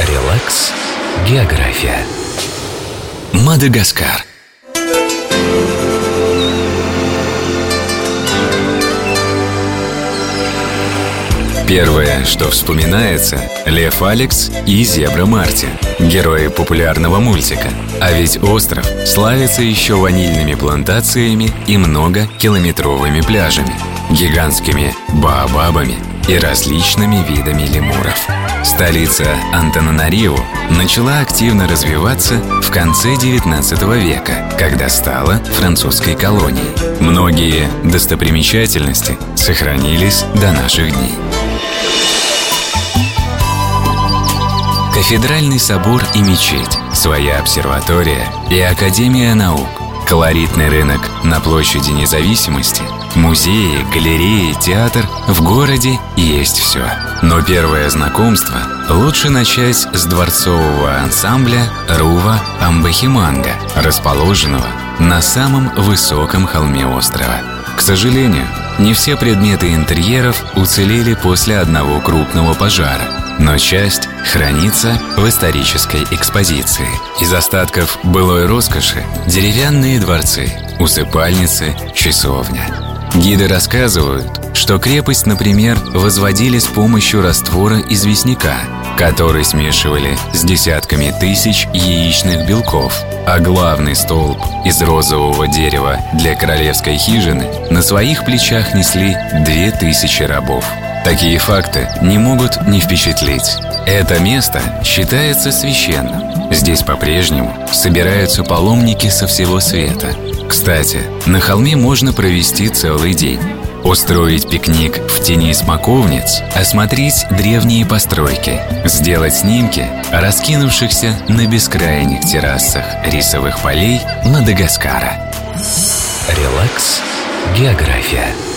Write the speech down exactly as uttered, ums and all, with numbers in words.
Релакс. География. Мадагаскар. Первое, что вспоминается – лев Алекс и зебра Марти, герои популярного мультика. А ведь остров славится еще ванильными плантациями и многокилометровыми пляжами, гигантскими баобабами и различными видами лемуров. Столица Антананариву начала активно развиваться в конце девятнадцатого века, когда стала французской колонией. Многие достопримечательности сохранились до наших дней. Кафедральный собор и мечеть, своя обсерватория и Академия наук, колоритный рынок на площади Независимости, музеи, галереи, театр – в городе есть все. Но первое знакомство лучше начать с дворцового ансамбля Рува Амбахиманга, расположенного на самом высоком холме острова. К сожалению, не все предметы интерьеров уцелели после одного крупного пожара, но часть хранится в исторической экспозиции. Из остатков былой роскоши – деревянные дворцы, усыпальницы, часовня. Гиды рассказывают, что крепость, например, возводили с помощью раствора известняка, который смешивали с десятками тысяч яичных белков, а главный столб из розового дерева для королевской хижины на своих плечах несли две тысячи рабов. Такие факты не могут не впечатлить. Это место считается священным. Здесь по-прежнему собираются паломники со всего света. Кстати, на холме можно провести целый день. Устроить пикник в тени смоковниц, осмотреть древние постройки, сделать снимки раскинувшихся на бескрайних террасах рисовых полей Мадагаскара. Релакс. География.